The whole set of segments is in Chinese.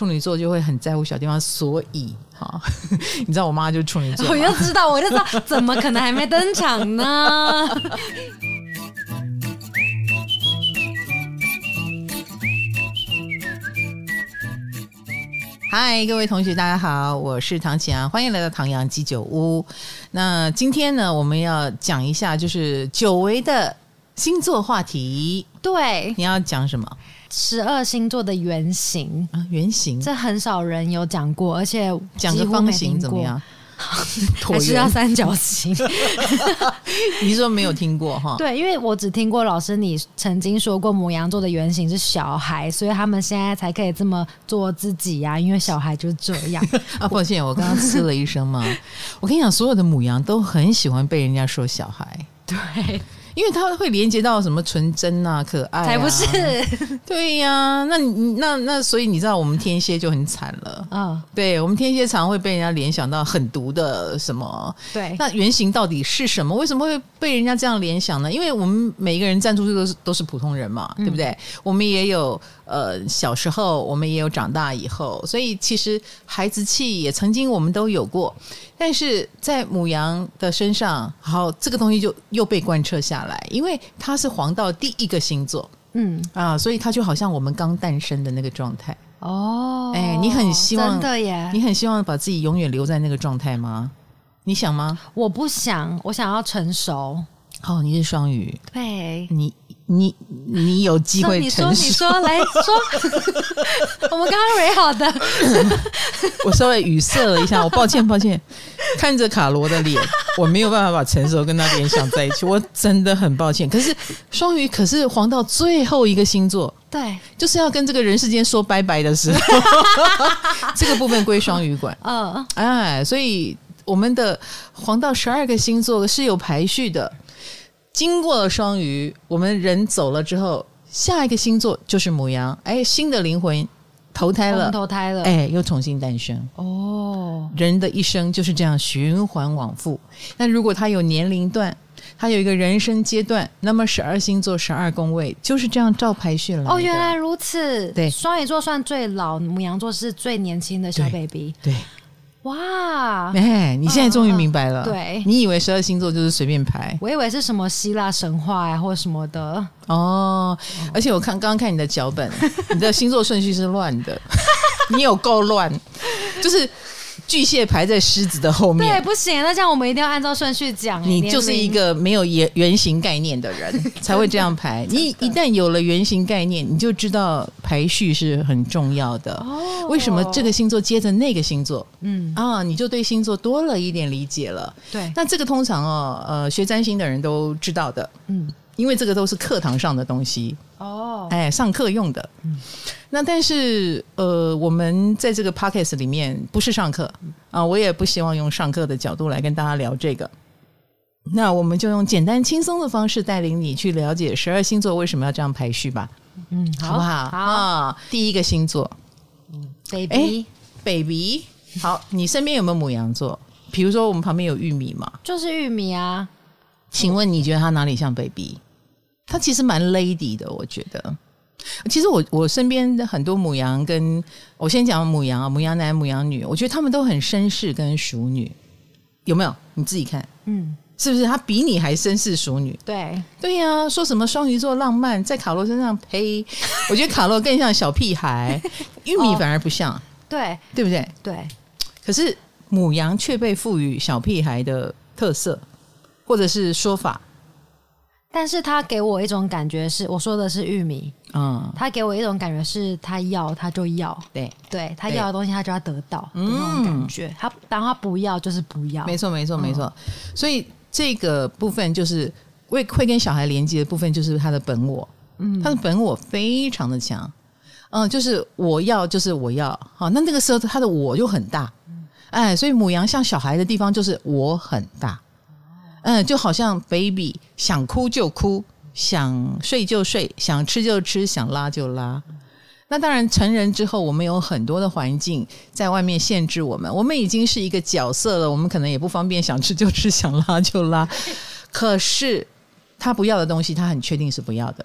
处女座就会很在乎小地方，所以你知道我妈就是处女座吗？ 我就知道怎么可能还没登场呢？ 嗨，各位同学大家好，我是唐启阳，欢迎来到唐阳鸡酒屋。那今天呢，我们要讲一下就是久违的星座话题。 对， 你要讲什么 ？12星座的原型啊？原型这很少人有讲过，而且讲个方形怎么样？ 还是要三角形？ 你说没有听过哈？ 对，因为我只听过老师你曾经说过牡羊座的原型是小孩，所以他们现在才可以这么做自己呀、因为小孩就是这样啊。抱歉，我刚刚吃了一声嘛。我跟你讲，所有的牡羊都很喜欢被人家说小孩。 对。 因为它会连接到什么纯真啊、可爱啊， 才不是。 对呀、那所以你知道我们天蝎就很惨了。对，我们天蝎常会被人家联想到很毒的什么。 对， 那原型到底是什么？为什么会被人家这样联想呢？因为我们每一个人站出去都是普通人嘛，对不对？我们也有小时候，我们也有长大以后，所以其实孩子气也曾经我们都有过。但是在牡羊的身上，好，这个东西就又被贯彻下来，因为它是黄道第一个星座，所以它就好像我们刚诞生的那个状态。你很希望，真的耶，你很希望把自己永远留在那个状态吗？你想吗？我不想， 我想要成熟。 你是双鱼， 对， 你有机会成熟。 你说来说，我们刚刚蕊好的。 我稍微语塞了一下，我抱歉，看着卡罗的脸，我没有办法把成熟跟他联想在一起，我真的很抱歉。可是双鱼可是黄道最后一个星座， 对， 就是要跟这个人世间说拜拜的时候，这个部分归双鱼管。所以我们的黄道12个星座是有排序的。经过了双鱼，我们人走了之后，下一个星座就是牡羊。新的灵魂投胎了，又重新诞生。人的一生就是这样循环往复。那如果他有年龄段，他有一个人生阶段，那么12星座12宫位就是这样照排序来的。 原来如此。 对， 双鱼座算最老，牡羊座是最年轻的小 baby。 对。 哇， 你现在终于明白了。 对， 你以为12星座就是随便排， 我以为是什么希腊神话呀或什么的。 而且我刚刚看你的脚本，你的星座顺序是乱的，你有够乱，就是巨蟹排在狮子的后面。 对，不行，那这样我们一定要按照顺序讲。 你就是一个没有原型概念的人才会这样排。你一旦有了原型概念，你就知道排序是很重要的。为什么这个星座接着那个星座？你就对星座多了一点理解了。 对， 那这个通常学占星的人都知道的。因为这个都是课堂上的东西。上课用的。那但是我们在这个 podcast 里面不是上课我也不希望用上课的角度来跟大家聊这个。那我们就用简单轻松的方式带领你去了解12星座为什么要这样排序吧。好不好？好。第一个星座baby。好，你身边有没有牡羊座？比如说我们旁边有玉米嘛， 就是玉米啊。 请问你觉得他哪里像 baby？ 他其实蛮 lady 的，我觉得。其实我身边的很多牡羊，跟我先讲牡羊牡羊男牡羊女，我觉得他们都很绅士跟淑女，有没有？你自己看，是不是他比你还绅士淑女？对呀，说什么双鱼座浪漫，在卡洛身上呸，我觉得卡洛更像小屁孩，玉米反而不像，对不对？ 对。 可是牡羊却被赋予小屁孩的特色或者是说法。 但是他给我一种感觉是，我说的是玉米，他给我一种感觉是他要他就要，对，他要的东西他就要得到的那种感觉。当他不要就是不要，没错。 所以这个部分就是会跟小孩连接的部分，就是他的本我，他的本我非常的强，就是我要就是我要，好，那个时候他的我就很大，所以牡羊像小孩的地方就是我很大。就好像 baby 想哭就哭，想睡就睡，想吃就吃，想拉就拉。那当然成人之后我们有很多的环境在外面限制我们，我们已经是一个角色了，我们可能也不方便想吃就吃，想拉就拉。可是他不要的东西他很确定是不要的。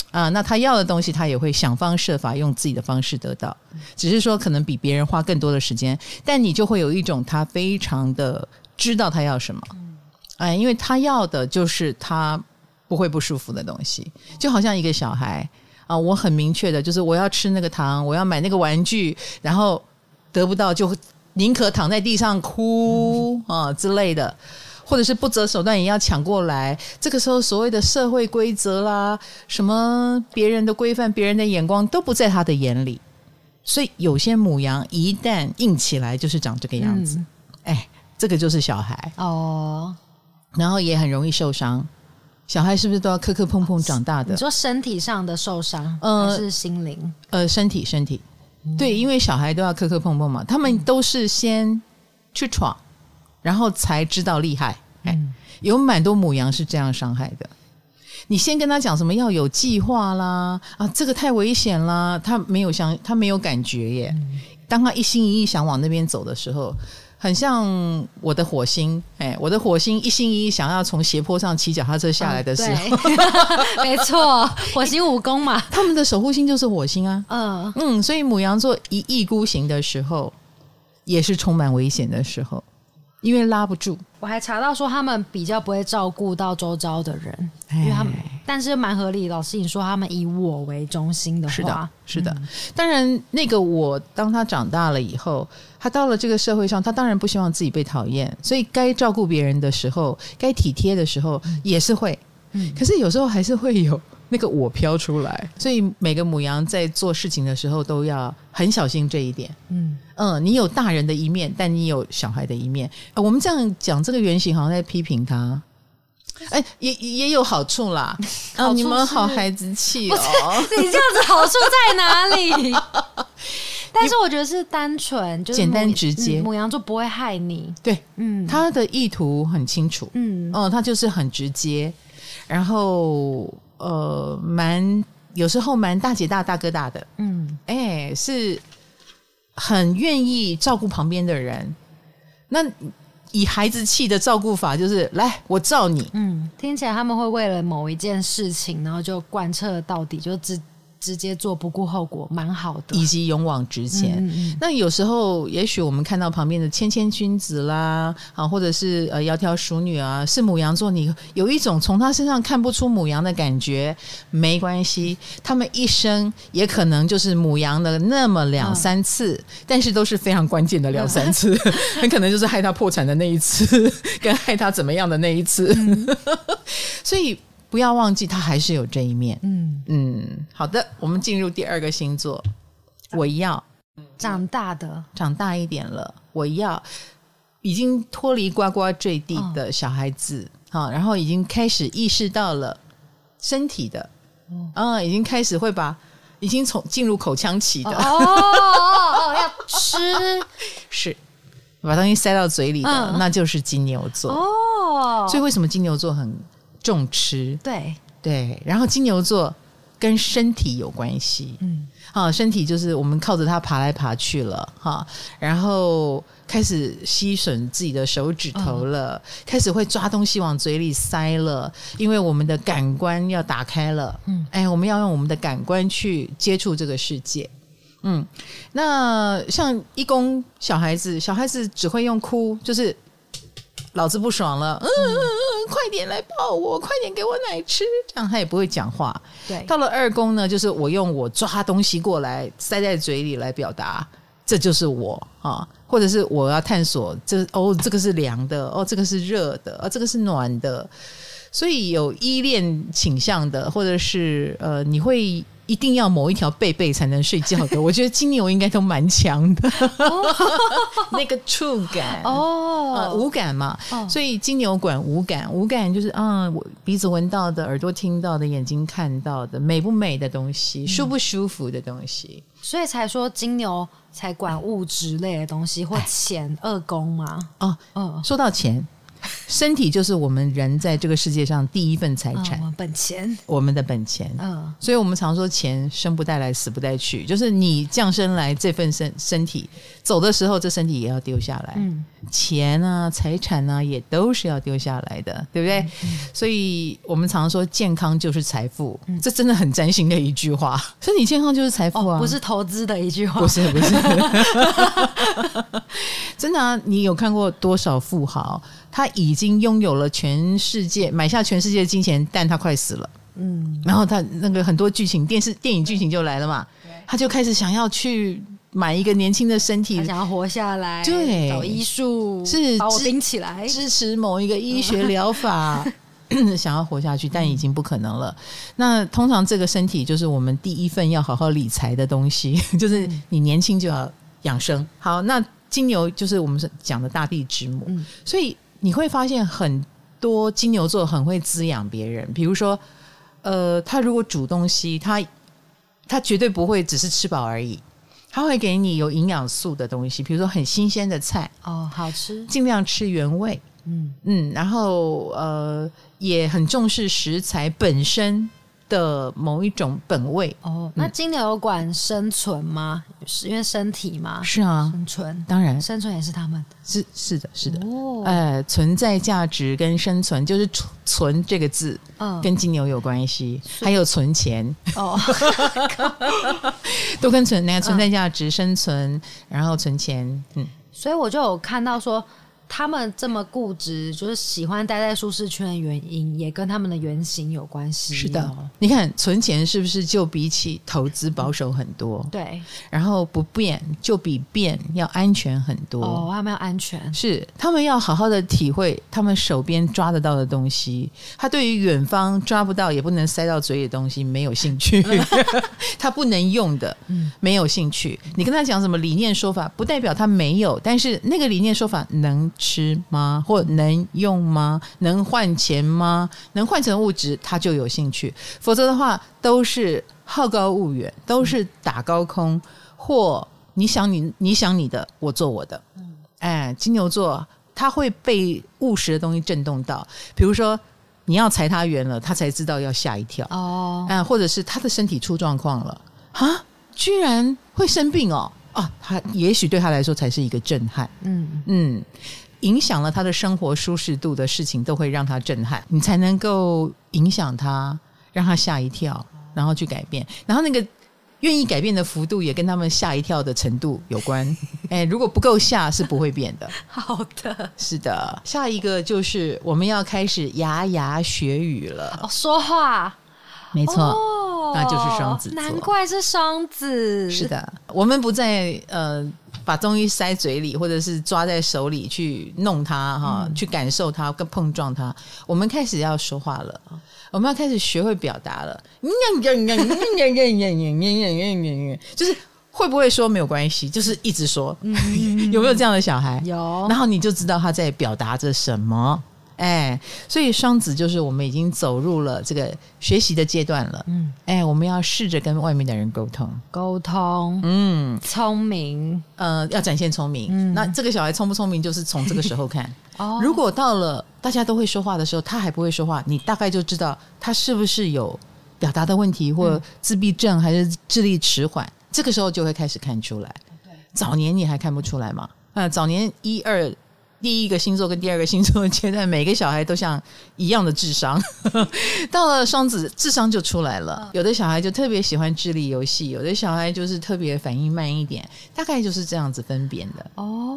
那他要的东西他也会想方设法用自己的方式得到，只是说可能比别人花更多的时间，但你就会有一种他非常的知道他要什么，因为他要的就是他不会不舒服的东西，就好像一个小孩我很明确的就是我要吃那个糖，我要买那个玩具，然后得不到就宁可躺在地上哭之类的，或者是不择手段也要抢过来。这个时候所谓的社会规则啦，什么别人的规范，别人的眼光都不在他的眼里，所以有些母羊一旦硬起来就是长这个样子，这个就是小孩然后也很容易受伤。小孩是不是都要磕磕碰碰长大的？ 你说身体上的受伤还是心灵？ 身体对，因为小孩都要磕磕碰碰嘛，他们都是先去闯，然后才知道厉害。有蛮多母羊是这样伤害的。你先跟他讲什么要有计划啦，这个太危险啦，他没有感觉耶。当他一心一意想往那边走的时候，很像我的火星，我的火星一心一意想要从斜坡上骑脚踏车下来的时候， 没错，火星5宫嘛， 他们的守护星就是火星啊。所以母羊座一意孤行的时候，也是充满危险的时候，因为拉不住。 我还查到说他们比较不会照顾到周遭的人，因为他们，但是蛮合理。老师你说他们以我为中心的话， 是的。当然那个我当他长大了以后，他到了这个社会上，他当然不希望自己被讨厌，所以该照顾别人的时候，该体贴的时候也是会，可是有时候还是会有那个我飘出来，所以每个母羊在做事情的时候都要很小心这一点。你有大人的一面，但你有小孩的一面。我们这样讲这个原型好像在批评他，也有好处啦。你们好孩子气哦！ 你这样子好处在哪里？但是我觉得是单纯，就是简单直接。 母羊座不会害你， 对，他的意图很清楚，他就是很直接，然后有时候蛮大姐大大哥大的，是很愿意照顾旁边的人。那以孩子气的照顾法就是来我照你， 听起来他们会为了某一件事情然后就贯彻到底，就直接做不顾后果，蛮好的， 以及勇往直前。那有时候也许我们看到旁边的谦谦君子啦，或者是窈窕淑女啊，是母羊座，你有一种从他身上看不出母羊的感觉，没关系，他们一生也可能就是母羊的那么2-3次，但是都是非常关键的2-3次，很可能就是害他破产的那一次跟害他怎么样的那一次。所以不要忘记他还是有这一面。好的，我们进入第2个星座，我要长大一点了，我要已经脱离呱呱坠地的小孩子，然后已经开始意识到了身体的，已经开始会已经进入口腔期的， 要吃， 是把东西塞到嘴里的，那就是金牛座。所以为什么金牛座很重吃？对，然后金牛座跟身体有关系，身体就是我们靠着它爬来爬去了，然后开始吸吮自己的手指头了，开始会抓东西往嘴里塞了，因为我们的感官要打开了，我们要用我们的感官去接触这个世界。那像1宫小孩子只会用哭，就是老子不爽了，快点来抱我，快点给我奶吃，这样他也不会讲话。 对， 到了2宫呢，就是我用我抓东西过来塞在嘴里来表达，这就是我或者是我要探索这个是凉的，这个是热的，这个是暖的。所以有依恋倾向的，或者是你会一定要某一条背背才能睡觉的，我觉得金牛应该都蛮强的。那个触感五感嘛，所以金牛管五感就是我鼻子闻到的，耳朵听到的，眼睛看到的，美不美的东西，舒不舒服的东西， 所以才说金牛才管物质类的东西或钱2宫嘛。 说到钱身体就是我们人在这个世界上第一份财产， 我们本钱， 我们的本钱。所以我们常说钱生不带来死不带去，就是你降生来这份身体，走的时候这身体也要丢下来。钱啊财产啊也都是要丢下来的，对不对？所以我们常说健康就是财富，这真的很占星的一句话，身体健康就是财富啊， 不是投资的一句话， 不是真的啊，你有看过多少富豪他已经拥有了全世界，买下全世界的金钱，但他快死了。然后他那个很多剧情电影剧情就来了嘛，他就开始想要去买一个年轻的身体， 他想要活下来， 对， 找医术是把我冰起来， 支持某一个医学疗法想要活下去，但已经不可能了。那通常这个身体就是我们第一份要好好理财的东西，就是你年轻就要养生。好，那金牛就是我们讲的大地之母，所以你会发现很多金牛座很会滋养别人。比如说他如果煮东西，他绝对不会只是吃饱而已，他会给你有营养素的东西，比如说很新鲜的菜， 好吃， 尽量吃原味。然后也很重视食材本身的某一种本味。 那金牛有管生存吗？是因为身体吗？ 是啊， 生存当然， 生存也是他们是的。存在价值跟生存，就是存这个字，跟金牛有关系，还有存钱都跟存在价值、生存，然后存钱。 所以我就有看到说，他们这么固执，就是喜欢待在舒适圈的原因，也跟他们的原型有关系。 是的，你看存钱是不是就比起投资保守很多？ 对， 然后不变就比变要安全很多。 他们要安全， 是他们要好好的体会他们手边抓得到的东西。他对于远方抓不到也不能塞到嘴里的东西没有兴趣，他不能用的没有兴趣。你跟他讲什么理念说法，不代表他没有，但是那个理念说法能吃吗？或能用吗？能换钱吗？能换成物质他就有兴趣，否则的话都是好高骛远，都是打高空，或你想你的，我做我的。金牛座他会被务实的东西震动到，比如说你要裁他圆了，他才知道要吓一跳。或者是他的身体出状况了，居然会生病他也许对他来说才是一个震撼。影响了他的生活舒适度的事情都会让他震撼，你才能够影响他，让他吓一跳，然后去改变，然后那个愿意改变的幅度也跟他们吓一跳的程度有关。如果不够吓是不会变的。 好的， 是的。下一个就是我们要开始牙牙学语了。 说话， 没错，那就是双子座。 难怪是双子。 是的，我们不再把东西塞嘴里，或者是抓在手里去弄它去感受它跟碰撞它。我们开始要说话了，我们要开始学会表达了。就是会不会说没有关系，就是一直说。有没有这样的小孩？ 有。 然后你就知道他在表达着什么。所以双子就是我们已经走入了这个学习的阶段了。我们要试着跟外面的人沟通， 聪明， 要展现聪明。那这个小孩聪不聪明，就是从这个时候看。如果到了大家都会说话的时候，他还不会说话，你大概就知道他是不是有表达的问题，或自闭症，还是智力迟缓。这个时候就会开始看出来。早年你还看不出来吗？早年1、2。第一个星座跟第二个星座的阶段，每个小孩都像一样的智商。到了双子，智商就出来了。有的小孩就特别喜欢智力游戏，有的小孩就是特别反应慢一点，大概就是这样子分辨的。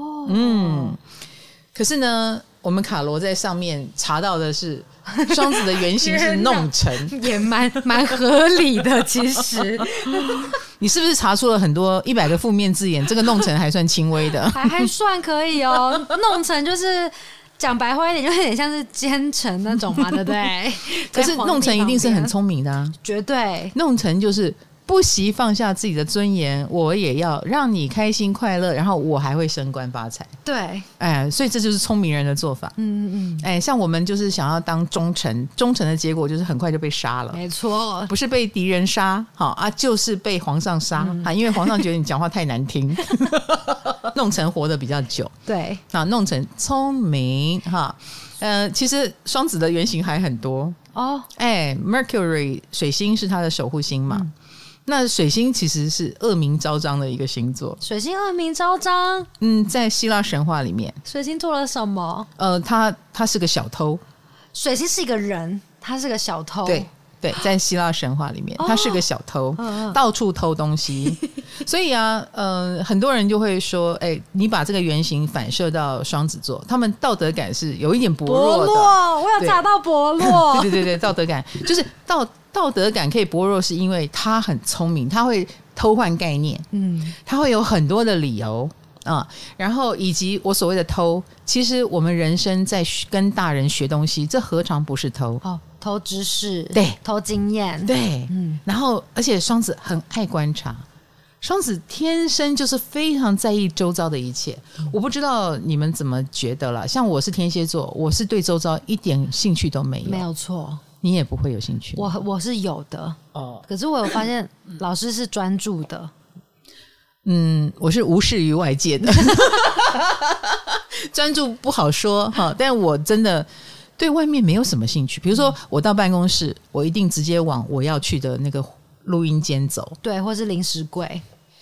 可是呢，我们卡罗在上面查到的是双子的原型是弄臣， 也蛮合理的。其实你是不是查出了很多100个负面字眼？这个弄臣还算轻微的， 还算可以哦。弄臣就是讲白话一点，就有点像是奸臣那种嘛，对不对？ 可是弄臣一定是很聪明的。 绝对。 弄臣就是不惜放下自己的尊严，我也要让你开心快乐，然后我还会升官发财。 对， 所以这就是聪明人的做法。像我们就是想要当忠臣，忠臣的结果就是很快就被杀了。 没错， 不是被敌人杀，就是被皇上杀，因为皇上觉得你讲话太难听，弄臣活得比较久。 对， 弄臣聪明哈。其实双子的原型还很多哦。Mercury 水星是他的守护星嘛。那水星其实是恶名昭彰的一个星座。 水星恶名昭彰？ 在希腊神话里面， 水星做了什么？ 他是个小偷。水星是一个人，他是个小偷。 对，在希腊神话里面，他是个小偷，到处偷东西。所以很多人就会说，你把这个原型反射到双子座，他们道德感是有一点薄弱的。 我有查到薄弱。 对，道德感就是道德感可以薄弱，是因为他很聪明，他会偷换概念，他会有很多的理由然后以及我所谓的偷，其实我们人生在跟大人学东西，这何尝不是偷？ 偷知识， 对， 偷经验， 对，然后而且双子很爱观察，双子天生就是非常在意周遭的一切。我不知道你们怎么觉得啦，像我是天蝎座，我是对周遭一点兴趣都没有。 没有错， 你也不会有兴趣。 我是有的可是我有发现老师是专注的。 我是无视于外界的专注不好说但我真的对外面没有什么兴趣。比如说我到办公室，我一定直接往我要去的那个录音间走， 对，或是零食柜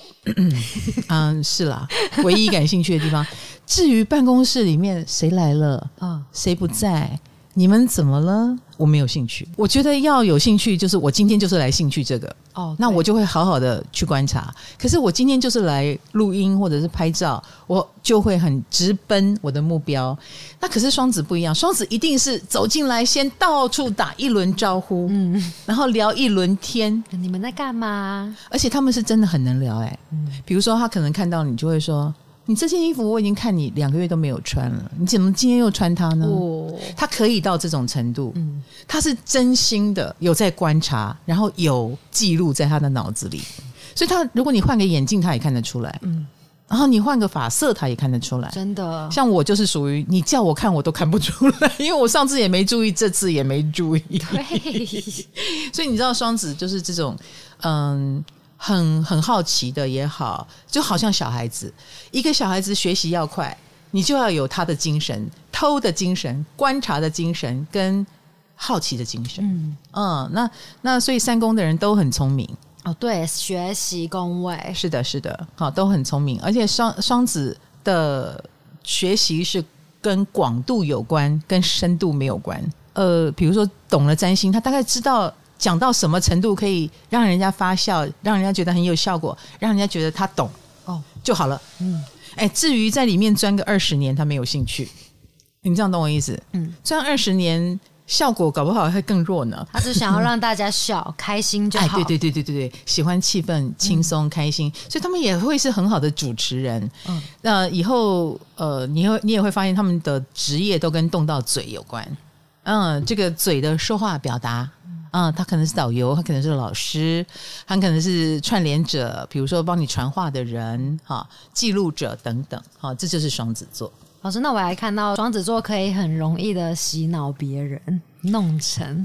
是啦，唯一感兴趣的地方。至于办公室里面谁来了谁不在，你们怎么了，我没有兴趣。我觉得要有兴趣，就是我今天就是来兴趣这个那我就会好好的去观察。可是我今天就是来录音或者是拍照，我就会很直奔我的目标。那可是双子不一样，双子一定是走进来先到处打一轮招呼然后聊一轮天， 你们在干嘛？ 而且他们是真的很能聊比如说他可能看到你就会说，你这件衣服我已经看你2个月都没有穿了，你怎么今天又穿它呢？他可以到这种程度他是真心的有在观察，然后有记录在他的脑子里。所以他如果你换个眼镜他也看得出来然后你换个发色他也看得出来。 真的， 像我就是属于你叫我看我都看不出来，因为我上次也没注意，这次也没注意。对，所以你知道双子就是这种很好奇的也好，就好像小孩子，一个小孩子学习要快，你就要有他的精神，偷的精神，观察的精神跟好奇的精神。那所以3宫的人都很聪明对，学习宫位是的都很聪明。而且双子的学习是跟广度有关，跟深度没有关。比如说懂了占星，他大概知道讲到什么程度可以让人家发笑，让人家觉得很有效果，让人家觉得他懂就好了。至于在里面钻个20年他没有兴趣，你这样懂我意思？钻20年效果搞不好会更弱呢。 他是想要让大家笑开心就好。 对，喜欢气氛轻松开心，所以他们也会是很好的主持人。那以后你也会发现他们的职业都跟动到嘴有关。这个嘴的说话表达他可能是导游，他可能是老师，他可能是串联者，比如说帮你传话的人记录者等等这就是双子座。 老师，那我还看到双子座可以很容易的洗脑别人，弄成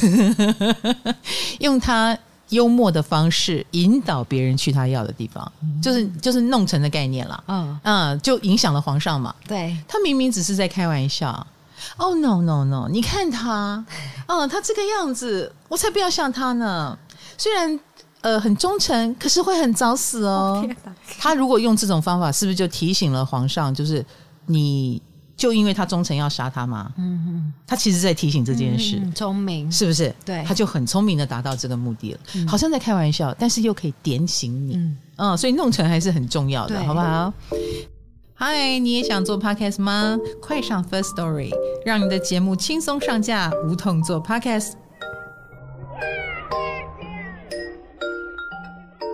用他幽默的方式引导别人去他要的地方，就是弄成的概念啦。就影响了皇上嘛。 对， 他明明只是在开玩笑。no， 你看他他这个样子，我才不要像他呢。虽然很忠诚，可是会很早死哦。他如果用这种方法，是不是就提醒了皇上，就是你就因为他忠诚要杀他吗？他其实在提醒这件事。 聪明， 是不是？ 对， 他就很聪明的达到这个目的了。好像在开玩笑，但是又可以点醒你。所以弄成还是很重要的，好不好？嗨，你也想做 podcast 吗？快上 First Story， 让你的节目轻松上架，无痛做 podcast。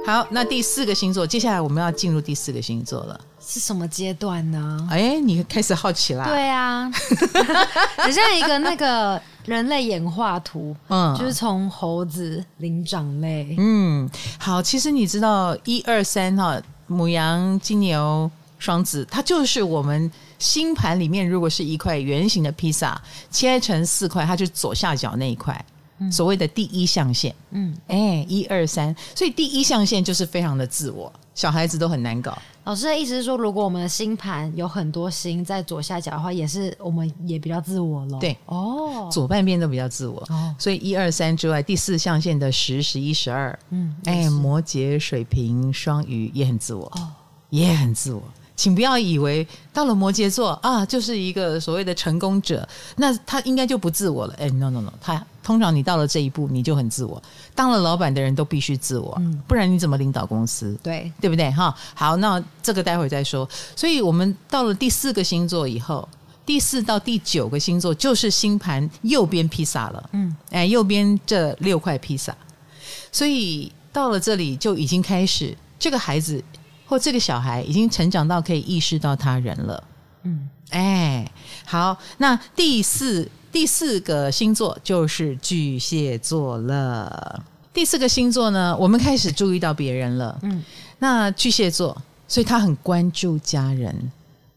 好，那第4个星座，接下来我们要进入第4个星座了。 是什么阶段呢？ 你开始好奇啦。 对啊，很像一个那个人类演化图，就是从猴子、灵长类。 好，其实你知道1、2、3哈，牡羊、金牛、双子，它就是我们星盘里面如果是一块圆形的披萨，切成4块，它就是左下角那一块。所谓的第1象限，1、2、3，所以第1象限就是非常的自我，小孩子都很难搞。 老师的意思是说，如果我们的星盘有很多星在左下角的话，我们也比较自我咯。 对，左半边都比较自我，所以1、2、3之外，第4象限的10、11、12，摩羯、水瓶、双鱼也很自我，也很自我。请不要以为到了摩羯座啊，就是一个所谓的成功者，那他应该就不自我了。no， 他通常你到了这一步，你就很自我。当了老板的人都必须自我，不然你怎么领导公司？对不对？哈，好，那这个待会再说。所以我们到了第4个星座以后，第4到第9个星座就是星盘右边披萨了。右边这6块披萨，所以到了这里就已经开始，这个孩子或这个小孩已经成长到可以意识到他人了。好，那第四个星座就是巨蟹座了。第4个星座呢，我们开始注意到别人了。那巨蟹座，所以他很关注家人。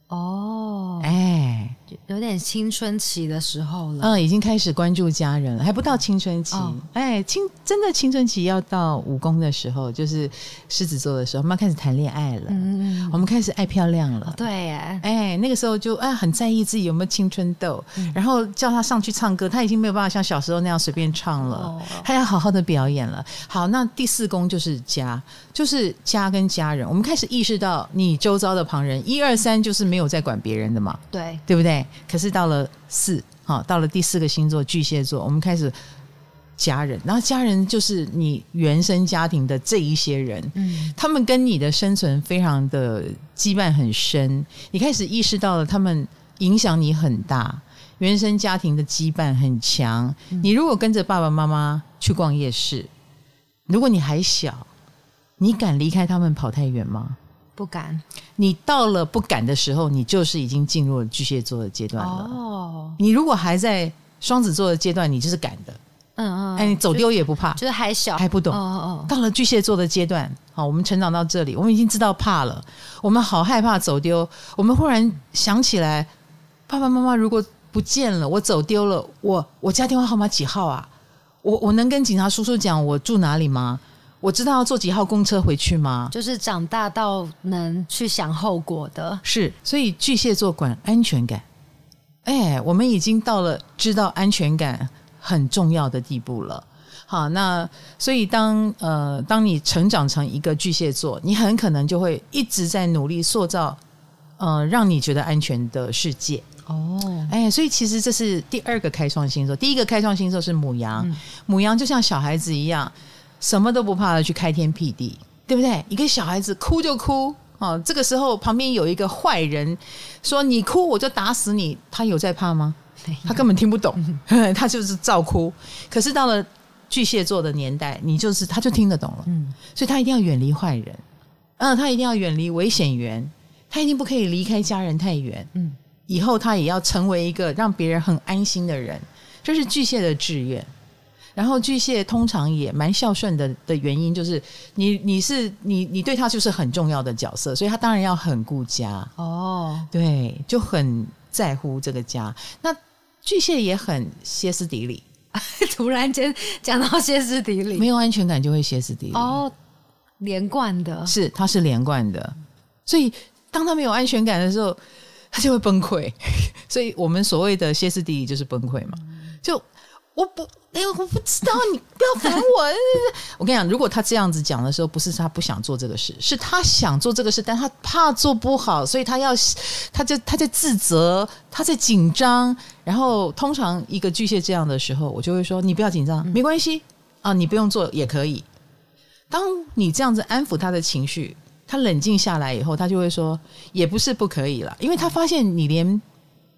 有点青春期的时候了。 已经开始关注家人了，还不到青春期。真的青春期要到5宫的时候，就是狮子座的时候，我们要开始谈恋爱了。我们开始爱漂亮了。 对耶。 那个时候就很在意自己有没有青春痘，然后叫他上去唱歌，他已经没有办法像小时候那样随便唱了，他要好好的表演了。好，那第4宫就是家，就是家跟家人。我们开始意识到你周遭的旁人，1、2、3就是没有在管别人的嘛，对不对？可是到了4，到了第4个星座巨蟹座，我们开始家人，然后家人就是你原生家庭的这一些人，他们跟你的生存非常的羁绊很深，你开始意识到了他们影响你很大，原生家庭的羁绊很强。你如果跟着爸爸妈妈去逛夜市，如果你还小，你敢离开他们跑太远吗？ 不敢。 你到了不敢的时候，你就是已经进入了巨蟹座的阶段了。你如果还在双子座的阶段，你就是敢的。你走丢也不怕， 就是还小还不懂。到了巨蟹座的阶段，我们成长到这里，我们已经知道怕了，我们好害怕走丢。我们忽然想起来，爸爸妈妈如果不见了，我走丢了，我家电话号码几号啊？我能跟警察叔叔讲我住哪里吗？我知道要坐几号公车回去吗？ 就是长大到能去想后果的。 是，所以巨蟹座管安全感。我们已经到了知道安全感很重要的地步了。好，那所以当你成长成一个巨蟹座，你很可能就会一直在努力塑造让你觉得安全的世界。所以其实这是第2个开创星座。第1个开创星座是牡羊，牡羊就像小孩子一样，什么都不怕的去开天辟地，对不对？一个小孩子哭就哭，这个时候旁边有一个坏人说你哭我就打死你，他有在怕吗？他根本听不懂，他就是照哭。可是到了巨蟹座的年代，他就听得懂了，所以他一定要远离坏人，他一定要远离危险源，他一定不可以离开家人太远，以后他也要成为一个让别人很安心的人，这是巨蟹的志愿。然后巨蟹通常也蛮孝顺的原因就是你对他就是很重要的角色，所以他当然要很顾家。对，就很在乎这个家。那巨蟹也很歇斯底里。 突然间讲到歇斯底里， 没有安全感就会歇斯底里。 连贯的。是， 他是连贯的。所以当他没有安全感的时候，他就会崩溃。所以我们所谓的歇斯底里就是崩溃嘛。就我不知道，你不要烦我。我跟你讲，如果他这样子讲的时候，不是他不想做这个事，是他想做这个事，但他怕做不好，所以他在自责，他在紧张。然后通常一个巨蟹这样的时候，我就会说你不要紧张，没关系啊，你不用做也可以。当你这样子安抚他的情绪，他冷静下来以后，他就会说也不是不可以了，因为他发现你连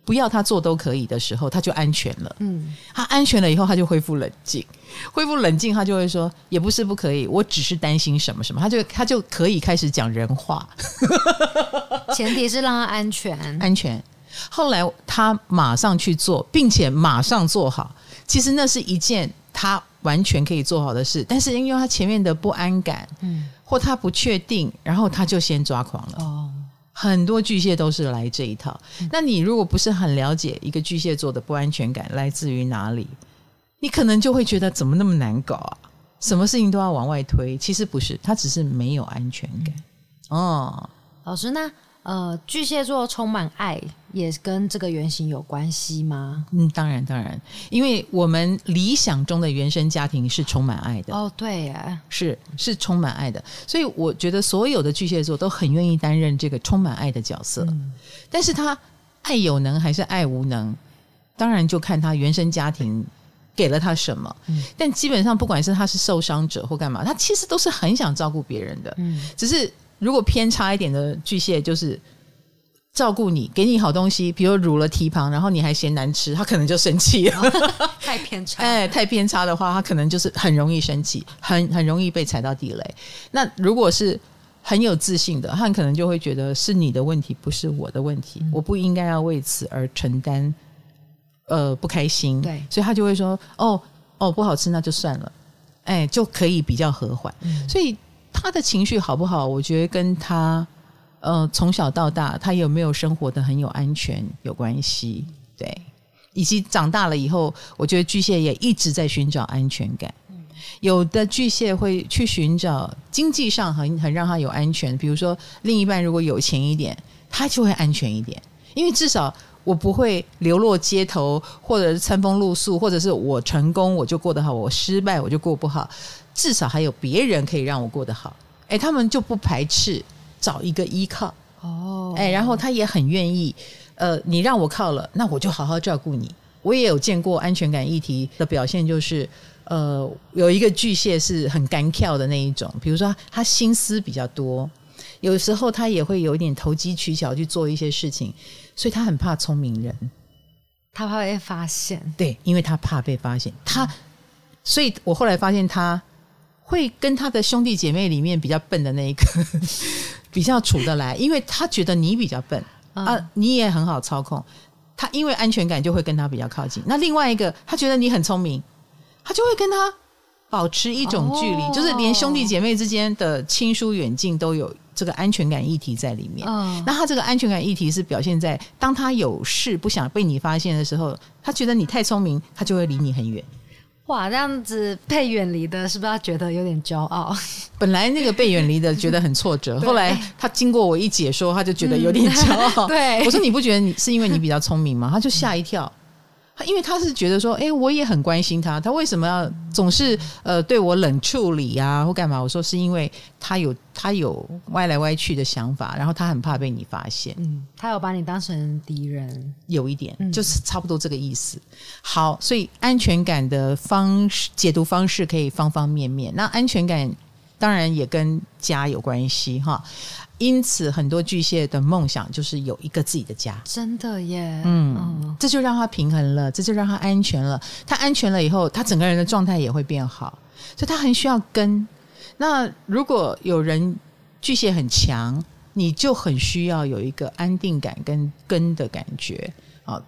不要他做都可以的时候，他就安全了。他安全了以后，他就恢复冷静，他就会说也不是不可以，我只是担心什么什么，他就可以开始讲人话。 前提是让他安全。 后来他马上去做，并且马上做好，其实那是一件他完全可以做好的事，但是因为他前面的不安感，或他不确定，然后他就先抓狂了。很多巨蟹都是来这一套。那你如果不是很了解一个巨蟹座的不安全感来自于哪里，你可能就会觉得怎么那么难搞啊，什么事情都要往外推。其实不是，他只是没有安全感。 老师，那巨蟹座充满爱也跟这个原型有关系吗？ 当然，因为我们理想中的原生家庭是充满爱的。 对耶， 是充满爱的，所以我觉得所有的巨蟹座都很愿意担任这个充满爱的角色。但是他爱有能还是爱无能，当然就看他原生家庭给了他什么。但基本上不管是他是受伤者或干嘛，他其实都是很想照顾别人的。只是如果偏差一点的巨蟹，就是照顾你，给你好东西，比如乳了蹄膀，然后你还嫌难吃，他可能就生气了。 太偏差， 太偏差的话，他可能就是很容易生气，很容易被踩到地雷。那如果是很有自信的，他可能就会觉得是你的问题，不是我的问题，我不应该要为此而承担不开心。 对， 所以他就会说不好吃那就算了，就可以比较和缓。所以他的情绪好不好，我觉得跟他从小到大他有没有生活的很有安全有关系。对，以及长大了以后，我觉得巨蟹也一直在寻找安全感。有的巨蟹会去寻找经济上很让他有安全，比如说另一半如果有钱一点，他就会安全一点，因为至少我不会流落街头，或者是餐风露宿，或者是我成功我就过得好，我失败我就过不好，至少还有别人可以让我过得好。他们就不排斥找一个依靠。然后他也很愿意你让我靠了，那我就好好照顾你。我也有见过安全感议题的表现，就是有一个巨蟹是很干跳的那一种，比如说他心思比较多，有时候他也会有一点投机取巧去做一些事情，所以他很怕聪明人， 他怕被发现。 对，因为他怕被发现，所以我后来发现他会跟他的兄弟姐妹里面比较笨的那一个比较处得来，因为他觉得你比较笨你也很好操控，他因为安全感就会跟他比较靠近。那另外一个他觉得你很聪明，他就会跟他保持一种距离，就是连兄弟姐妹之间的亲疏远近都有这个安全感议题在里面。那他这个安全感议题是表现在当他有事不想被你发现的时候，他觉得你太聪明，他就会离你很远。 哇，这样子被远离的是不是要觉得有点骄傲？ 本来那个被远离的觉得很挫折，后来他经过我一解说，他就觉得有点骄傲。 对， 我说你不觉得你是因为你比较聪明吗？他就吓一跳。因为他是觉得说我也很关心他为什么要总是对我冷处理啊或干嘛。我说是因为他有歪来歪去的想法，然后他很怕被你发现。 他有把你当成敌人， 有一点就是差不多这个意思。好，所以安全感的解读方式可以方方面面。那安全感当然也跟家有关系哈，因此很多巨蟹的梦想就是有一个自己的家。 真的耶。 这就让他平衡了，这就让他安全了。他安全了以后，他整个人的状态也会变好，所以他很需要根。那如果有人巨蟹很强，你就很需要有一个安定感跟根的感觉啊，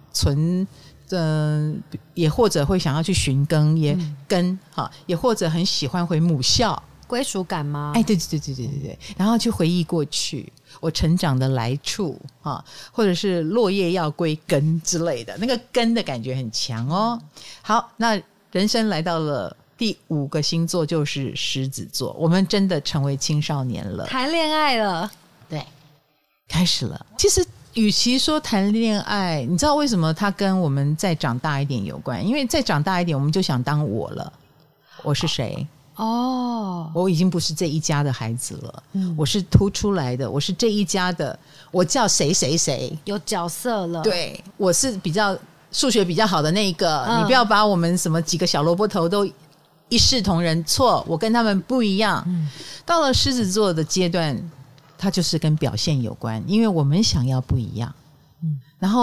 也或者会想要去寻根也根也或者很喜欢回母校。 归属感吗？ 对，然后去回忆过去我成长的来处或者是落叶要归根之类的，那个根的感觉很强哦。好，那人生来到了第5个星座，就是狮子座。我们真的成为青少年了， 谈恋爱了。 对，开始了。其实与其说谈恋爱，你知道为什么它跟我们再长大一点有关？因为再长大一点我们就想当我了，我是谁我已经不是这一家的孩子了，我是突出来的，我是这一家的，我叫谁谁谁， 有角色了。 对，我是比较数学比较好的那一个，你不要把我们什么几个小萝卜头都一视同仁，错，我跟他们不一样。到了狮子座的阶段，它就是跟表现有关，因为我们想要不一样。然后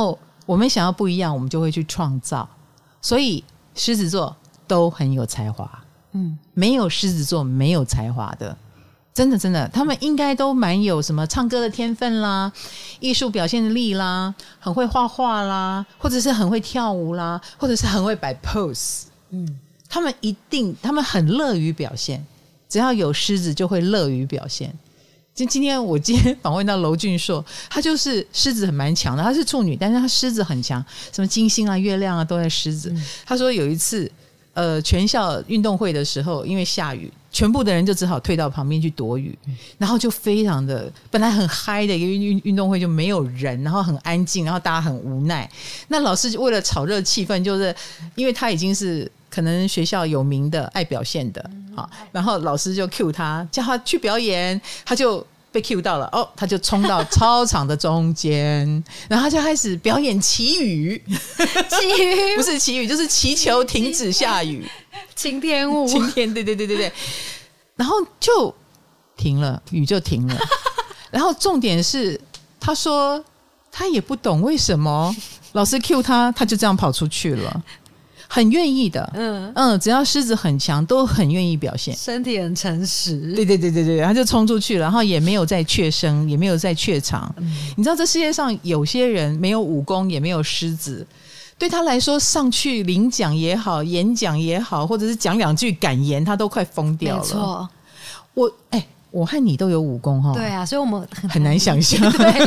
我们想要不一样，我们就会去创造。所以狮子座都很有才华，没有狮子座没有才华的，真的真的，他们应该都蛮有什么唱歌的天分啦，艺术表现力啦，很会画画啦，或者是很会跳舞啦，或者是很会摆 pose。他们很乐于表现，只要有狮子就会乐于表现。今天访问到娄俊硕，他就是狮子很蛮强的，他是处女，但是他狮子很强，什么金星啊月亮啊都在狮子。他说有一次全校运动会的时候，因为下雨，全部的人就只好退到旁边去躲雨，然后就非常的本来很嗨的一个运动会就没有人，然后很安静，然后大家很无奈。那老师为了炒热气氛，就是因为他已经是可能学校有名的爱表现的，然后老师就 cue 他，叫他去表演，他就被 cue 到了，他就冲到操场的中间，然后他就开始表演祈雨。 祈雨不是祈雨，就是祈求停止下雨， 晴天舞， 晴天，对，然后就停了，雨就停了。然后重点是，他说他也不懂为什么老师 cue 他，他就这样跑出去了。很愿意的，只要狮子很强，都很愿意表现， 身体很诚实。 对，他就冲出去了，然后也没有再怯声，也没有再怯场。你知道这世界上有些人没有武功，也没有狮子，对他来说上去领奖也好，演讲也好，或者是讲2句感言，他都快疯掉了。没错，我和你都有武功哈， 对啊，所以我们很难想象。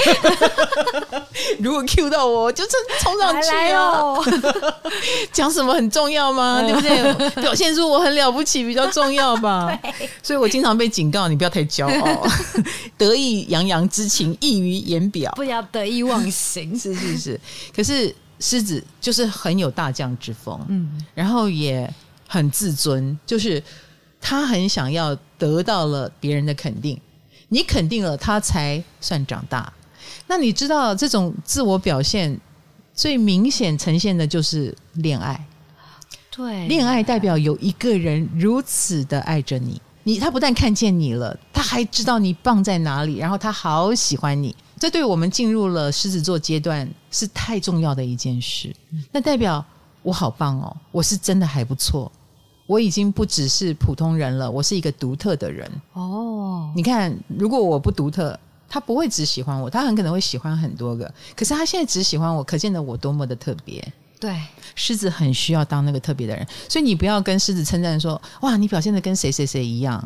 如果 cue 到我，就冲上去啊！讲什么很重要吗？对不对？表现出我很了不起比较重要吧。所以我经常被警告，你不要太骄傲，得意洋洋之情溢于言表， 不要得意忘形。 是。可是狮子就是很有大将之风，然后也很自尊，就是他很想要得到了别人的肯定，你肯定了他才算长大。那你知道这种自我表现最明显呈现的就是恋爱。 对， 恋爱代表有一个人如此的爱着你，他不但看见你了，他还知道你棒在哪里，然后他好喜欢你。这对我们进入了狮子座阶段是太重要的一件事。那代表我好棒哦，我是真的还不错，我已经不只是普通人了，我是一个独特的人。你看，如果我不独特，他不会只喜欢我，他很可能会喜欢很多个，可是他现在只喜欢我，可见得我多么的特别。 对， 狮子很需要当那个特别的人，所以你不要跟狮子称赞说，哇，你表现的跟谁谁谁一样。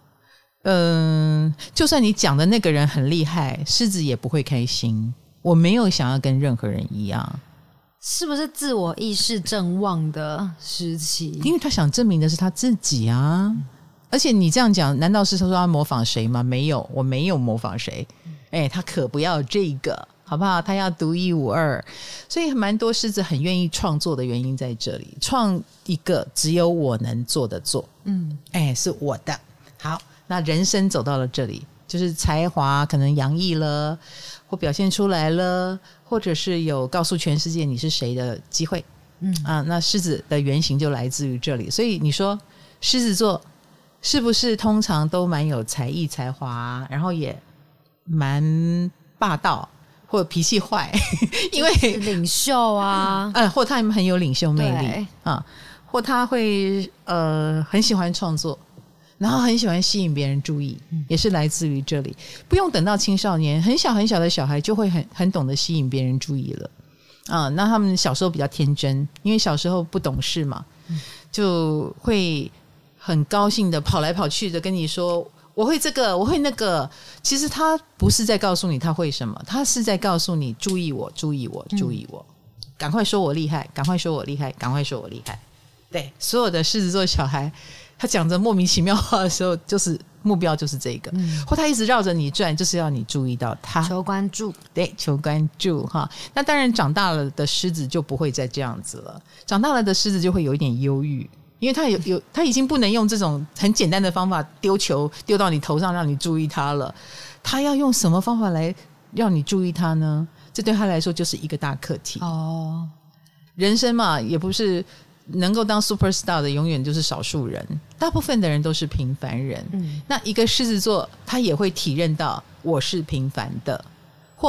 就算你讲的那个人很厉害，狮子也不会开心。我没有想要跟任何人一样。 是不是自我意识正旺的时期？ 因为他想证明的是他自己啊。而且你这样讲，难道是说他模仿谁吗？没有，我没有模仿谁。他可不要这个，好不好？他要独一无二。所以蛮多狮子很愿意创作的原因在这里，创一个只有我能做的做。是我的。好，那人生走到了这里，就是才华可能洋溢了，或表现出来了，或者是有告诉全世界你是谁的机会。那狮子的原型就来自于这里。所以你说狮子座是不是通常都蛮有才艺才华，然后也蛮霸道或者脾气坏？因为领袖啊， 或他们很有领袖魅力啊，或他会很喜欢创作，然后很喜欢吸引别人注意，也是来自于这里。不用等到青少年，很小很小的小孩就会很懂得吸引别人注意了那他们小时候比较天真，因为小时候不懂事嘛，就会很高兴的跑来跑去的跟你说我会这个我会那个。其实他不是在告诉你他会什么，他是在告诉你注意我注意我注意我，赶快说我厉害，赶快说我厉害，赶快说我厉害。对，所有的狮子座小孩他讲着莫名其妙话的时候，就是目标就是这个，或他一直绕着你转，就是要你注意到他， 求关注。 对，求关注哈。那当然长大了的狮子就不会再这样子了，长大了的狮子就会有一点忧郁，因为他已经不能用这种很简单的方法丢球丢到你头上让你注意他了，他要用什么方法来让你注意他呢？这对他来说就是一个大课题。人生嘛，也不是能够当 superstar 的永远就是少数人，大部分的人都是平凡人。那一个狮子座他也会体认到我是平凡的，或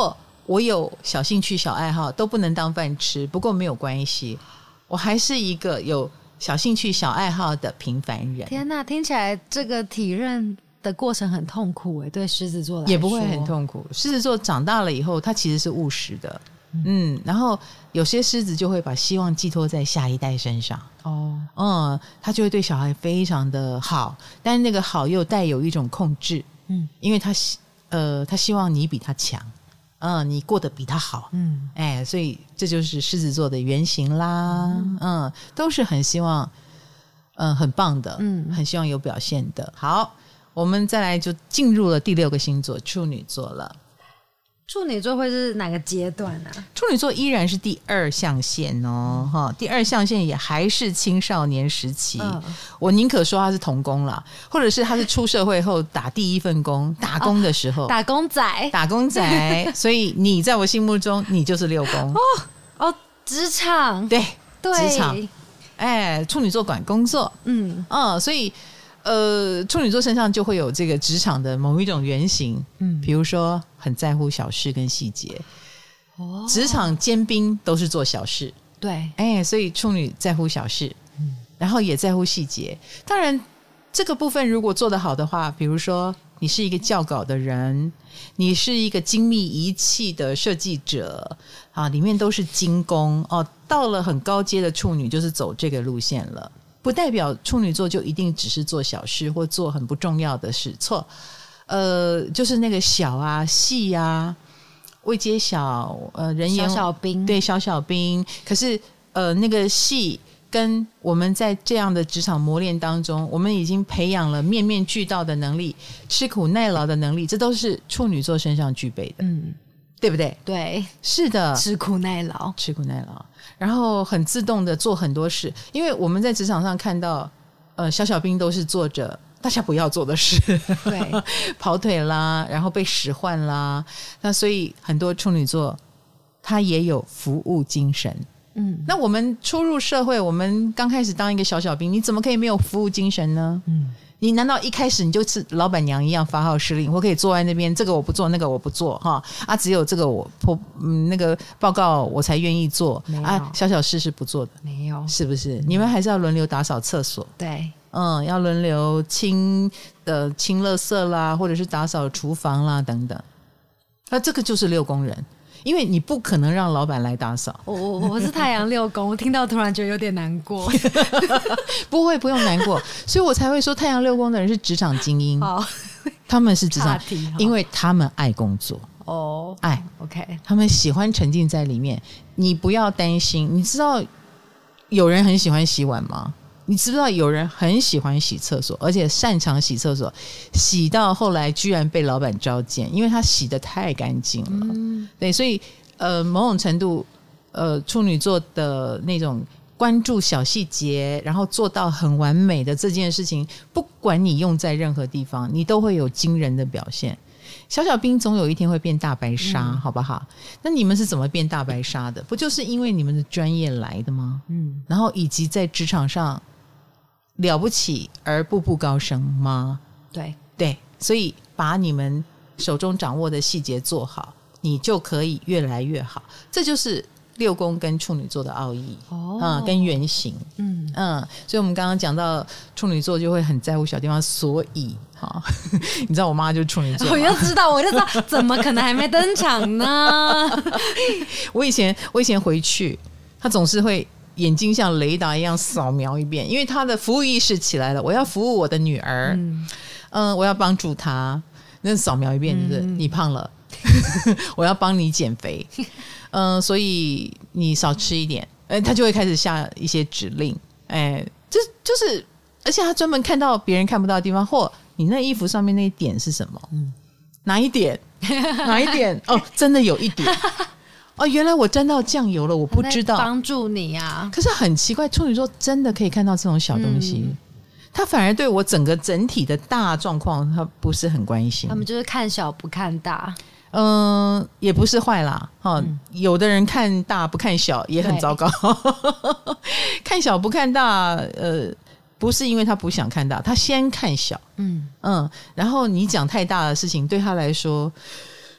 我有小兴趣小爱好都不能当饭吃，不过没有关系，我还是一个有小兴趣小爱好的平凡人。 天哪，听起来这个体认的过程很痛苦耶，对狮子座来说。 也不会很痛苦，狮子座长大了以后他其实是务实的，然后有些狮子就会把希望寄托在下一代身上。他就会对小孩非常的好，但是那个好又带有一种控制，因为他希望你比他强，你过得比他好，所以这就是狮子座的原型啦，都是很希望，很棒的，很希望有表现的。好，我们再来就进入了第6个星座处女座了。 处女座会是哪个阶段啊？ 处女座依然是第2象限哦，第2象限也还是青少年时期，我宁可说他是童工啦，或者是他是出社会后打第1份工打工的时候， 打工仔所以你在我心目中你就是6宫职场， 对职场，处女座管工作，所以处女座身上就会有这个职场的某一种原型，比如说很在乎小事跟细节，职场尖兵都是做小事， 对， 所以处女在乎小事，然后也在乎细节。当然这个部分如果做得好的话，比如说你是一个校稿的人，你是一个精密仪器的设计者里面都是精工到了很高阶的处女就是走这个路线了。不代表处女座就一定只是做小事或做很不重要的事，错，就是那个小啊细啊未揭晓，人言小兵， 对，小兵。可是那个细跟我们在这样的职场磨练当中，我们已经培养了面面俱到的能力，吃苦耐劳的能力，这都是处女座身上具备的，对不对？ 对， 是的， 吃苦耐劳， 然后很自动的做很多事，因为我们在职场上看到，小兵都是做着大家不要做的事， 对， 跑腿啦，然后被使唤啦，那所以很多处女座他也有服务精神。那我们初入社会，我们刚开始当一个小兵，你怎么可以没有服务精神呢？你难道一开始你就是老板娘一样发号施令，我可以坐在那边，这个我不做，那个我不做只有这个我那个报告我才愿意做小事是不做的， 没有， 是不是？你们还是要轮流打扫厕所， 对， 要轮流清垃圾啦，或者是打扫厨房啦等等。那这个就是6宫人。因为你不可能让老板来打扫。 我是太阳6宫，我听到突然觉得有点难过。 不用难过，所以我才会说太阳6宫的人是职场精英。他们是职场，因为他们爱工作。爱 OK， 他们喜欢沉浸在里面。你不要担心，你知道有人很喜欢洗碗吗？你知不知道有人很喜欢洗厕所，而且擅长洗厕所，洗到后来居然被老板召见，因为他洗得太干净了。对，所以某种程度处女座的那种关注小细节，然后做到很完美的这件事情，不管你用在任何地方，你都会有惊人的表现。小兵总有一天会变大白鲨，好不好？那你们是怎么变大白鲨的？不就是因为你们的专业来的吗？然后以及在职场上了不起而步步高升吗？对，所以把你们手中掌握的细节做好，你就可以越来越好。这就是6宫跟处女座的奥义跟原型。所以我们刚刚讲到处女座就会很在乎小地方，所以你知道我妈就是处女座， 我就知道怎么可能还没登场呢？ 我以前回去，她总是会眼睛像雷达一样扫描一遍，因为他的服务意识起来了，我要服务我的女儿，我要帮助她，那扫描一遍就是你胖了我要帮你减肥，所以你少吃一点，他就会开始下一些指令，就是而且他专门看到别人看不到的地方，或你那衣服上面那一点是什么，哪一点真的有一点原来我沾到酱油了，我不知道， 帮助你啊。 可是很奇怪，处女座真的可以看到这种小东西，他反而对我整体的大状况他不是很关心。 他们就是看小不看大。 也不是坏啦，有的人看大不看小也很糟糕。看小不看大，不是因为他不想看大，他先看小，然后你讲太大的事情对他来说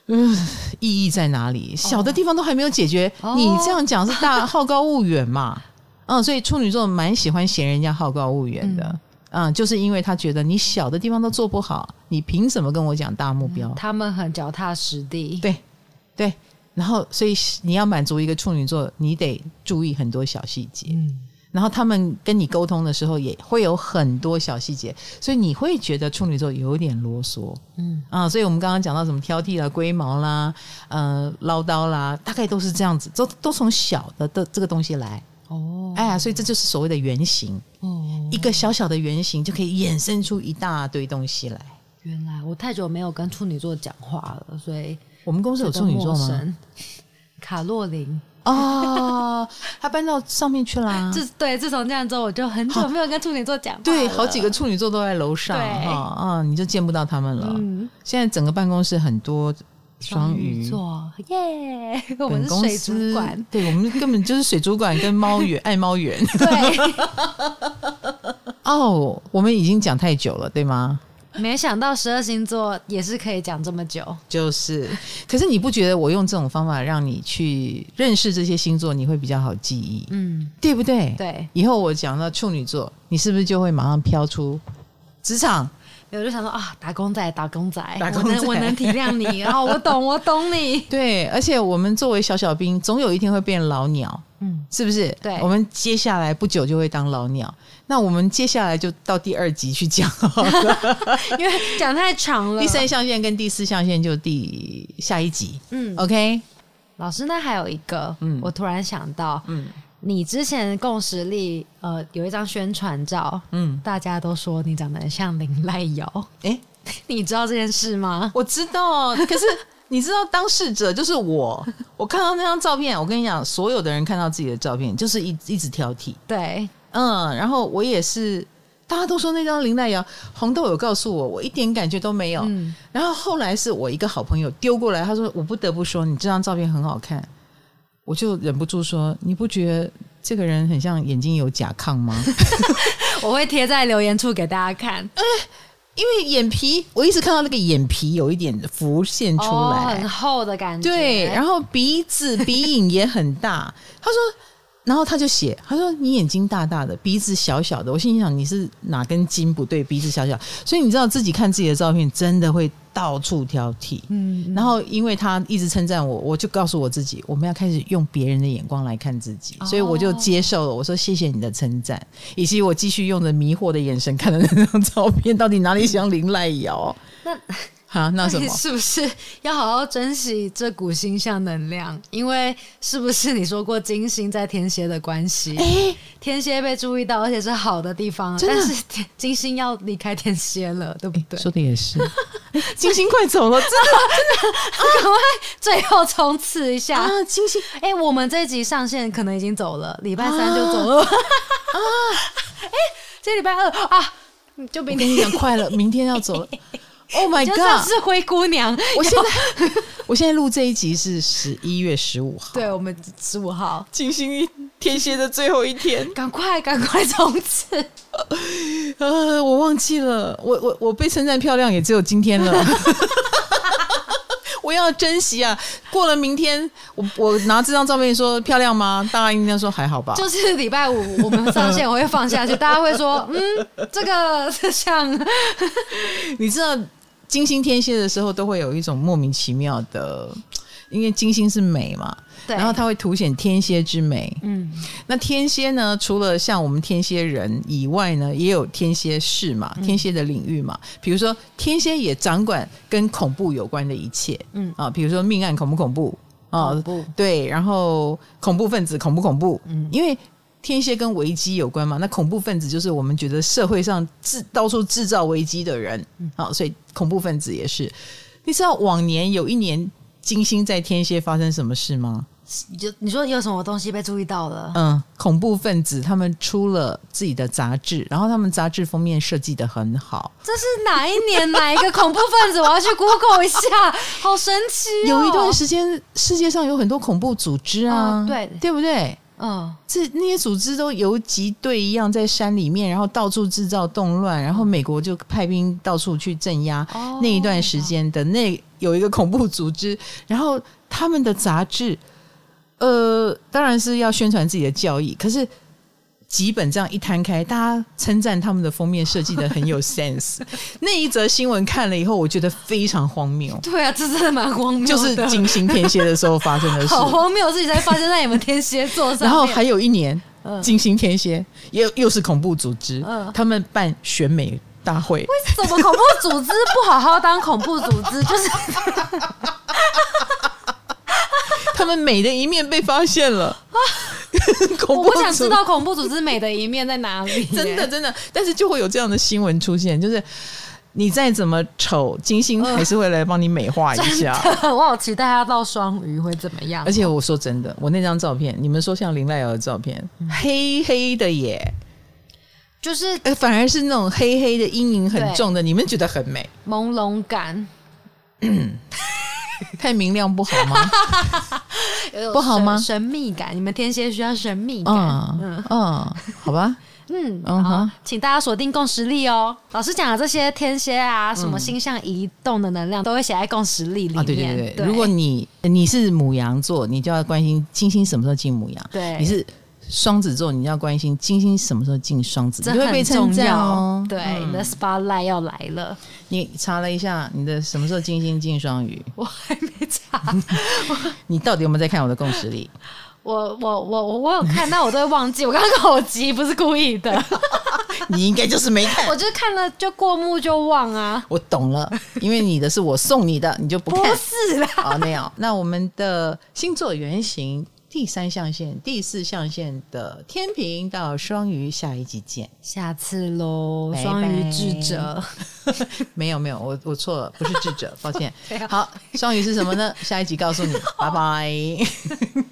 意义在哪里？小的地方都还没有解决，你这样讲是大好高骛远嘛？所以处女座蛮喜欢嫌人家好高骛远的，就是因为他觉得你小的地方都做不好，你凭什么跟我讲大目标？ 他们很脚踏实地， 对，然后所以你要满足一个处女座，你得注意很多小细节。然后他们跟你沟通的时候也会有很多小细节，所以你会觉得处女座有点啰嗦。所以我们刚刚讲到什么挑剔啦、龟毛啦、唠叨啦，大概都是这样子，都从小的这个东西来。所以这就是所谓的原型。一个小小的原型就可以衍生出一大堆东西来。 原来我太久没有跟处女座讲话了，所以我们公司有处女座吗？ 卡洛琳。 他搬到上面去啦。 对，自从这样之后，我就很久没有跟处女座讲话了。 对，好几个处女座都在楼上，你就见不到他们了。现在整个办公室很多双鱼座，耶！我们是水族馆， 对，我们根本就是水族馆跟猫园爱猫园。 对， 我们已经讲太久了，对吗？ 没想到12星座也是可以讲这么久， 就是。可是你不觉得我用这种方法让你去认识这些星座，你会比较好记忆？对不对？ 对。 以後我讲到处女座，你是不是就会马上飘出职场？ 我就想说打工仔，我能体谅你，然后我懂你。 对，而且我们作为小兵，总有一天会变老鸟，是不是？ 对， 我们接下来不久就会当老鸟。那我们接下来就到第2集去讲好了， 因为讲太长了。 第3象限跟第4象限就下一集。OK。 老师，那还有一个，我突然想到，你之前共识力有一张宣传照，大家都说你长得很像林濑遥，你知道这件事吗？ 我知道，可是你知道当事者就是我看到那张照片，我跟你讲，所有的人看到自己的照片就是一直挑剔。 对， 然后我也是，大家都说那张林濑遥，红豆有告诉我一点感觉都没有。然后后来是我一个好朋友丢过来，他说我不得不说你这张照片很好看，我就忍不住说你不觉得这个人很像眼睛有甲亢吗？ 我会贴在留言处给大家看。 因为眼皮，我一直看到那个眼皮有一点浮现出来， 很厚的感觉。 对，然后鼻影也很大。他说，然后他就写，他说你眼睛大大的，鼻子小小的。我心想你是哪根筋不对，鼻子小小。所以你知道自己看自己的照片，真的会到处挑剔。然后因为他一直称赞我，我就告诉我自己，我们要开始用别人的眼光来看自己。所以我就接受了，我说谢谢你的称赞，以及我继续用着迷惑的眼神看的那张照片，到底哪里像林濑遥？那什么？ 是不是要好好珍惜这股星象能量？因为是不是你说过金星在天蝎的关系？天蝎被注意到，而且是好的地方，但是金星要离开天蝎了，对不对？ 说的也是。金星快走了，真的， 赶快最后冲刺一下金星！ 我们这一集上线可能已经走了，礼拜3就走了今天礼拜2就明天。 我跟你讲，快了，明天要走了。Oh my god！ 就像是灰姑娘。 我现在录这一集是11月15号， 对，我们15号， 金星天蝎的最后一天， 赶快冲刺！ 我忘记了，我被称赞漂亮也只有今天了。我要珍惜啊！过了明天，我拿这张照片说漂亮吗？大家应该说还好吧。 就是礼拜5我们上线，我会放下去，大家会说这个像。 你知道金星天蝎的时候，都会有一种莫名其妙的，因为金星是美嘛。然后它会凸显天蝎之美。那天蝎呢，除了像我们天蝎人以外呢，也有天蝎士嘛，天蝎的领域嘛。比如说天蝎也掌管跟恐怖有关的一切。比如说命案恐不恐怖啊？对，然后恐怖分子恐不恐怖？因为天蝎跟危机有关嘛，那恐怖分子就是我们觉得社会上到处制造危机的人。所以恐怖分子也是。你知道往年有一年金星在天蝎发生什么事吗？ 你说有什么东西被注意到了？ 恐怖分子他们出了自己的杂志，然后他们杂志封面设计得很好。 这是哪一年哪一个恐怖分子？我要去 Google 一下，好神奇有一段时间世界上有很多恐怖组织啊， 对不对？ 那些组织都游击队一样在山里面，然后到处制造动乱，然后美国就派兵到处去镇压。那一段时间的有一个恐怖组织，然后他们的杂志当然是要宣传自己的教义，可是几本这样一摊开，大家称赞他们的封面设计的很有 sense。那一则新闻看了以后，我觉得非常荒谬。 对啊，这真的蛮荒谬的， 就是金星天蝎的时候发生的事。 好荒谬的事情才发生在你们天蝎座上面。 然后还有一年，金星天蝎又是恐怖组织，他们办选美大会。 为什么恐怖组织不好好当恐怖组织？就是他们美的一面被发现了。 我想知道恐怖组织美的一面在哪里。 真的，但是就会有这样的新闻出现，就是你再怎么丑，金星还是会来帮你美化一下。 我好期待他到双鱼会怎么样。 而且我说真的，我那张照片，你们说像林濑遥的照片，黑黑的耶，就是反而是那种黑黑的阴影很重的，你们觉得很美， 朦胧感。 太明亮不好吗？不好吗？ 神秘感，你们天蝎需要神秘感。 好吧。 好，请大家锁定共识力哦。老师讲的这些天蝎啊，什么星象移动的能量，都会写在共识力里面。 对，如果你是牡羊座，你就要关心金星什么时候进牡羊。 对， 你是双子座，你要关心金星什么时候进双子，你会被称赞哦。 对，你的 spotlight 要来了。 你查了一下你的什么时候金星进双鱼？ 我还没查。 你到底有没有在看我的共识力？ 我有看，但我都会忘记。我刚刚口急，不是故意的。 你应该就是没看。 我就看了就过目就忘啊。 我懂了，因为你的是我送你的，你就不看。 不是啦。 好，没有。那我们的星座原型第3象限、第4象限的天秤到双鱼，下一集见。 下次咯，双鱼智者。 没有，我错了，不是智者，抱歉。好，双鱼是什么呢？下一集告诉你。拜拜。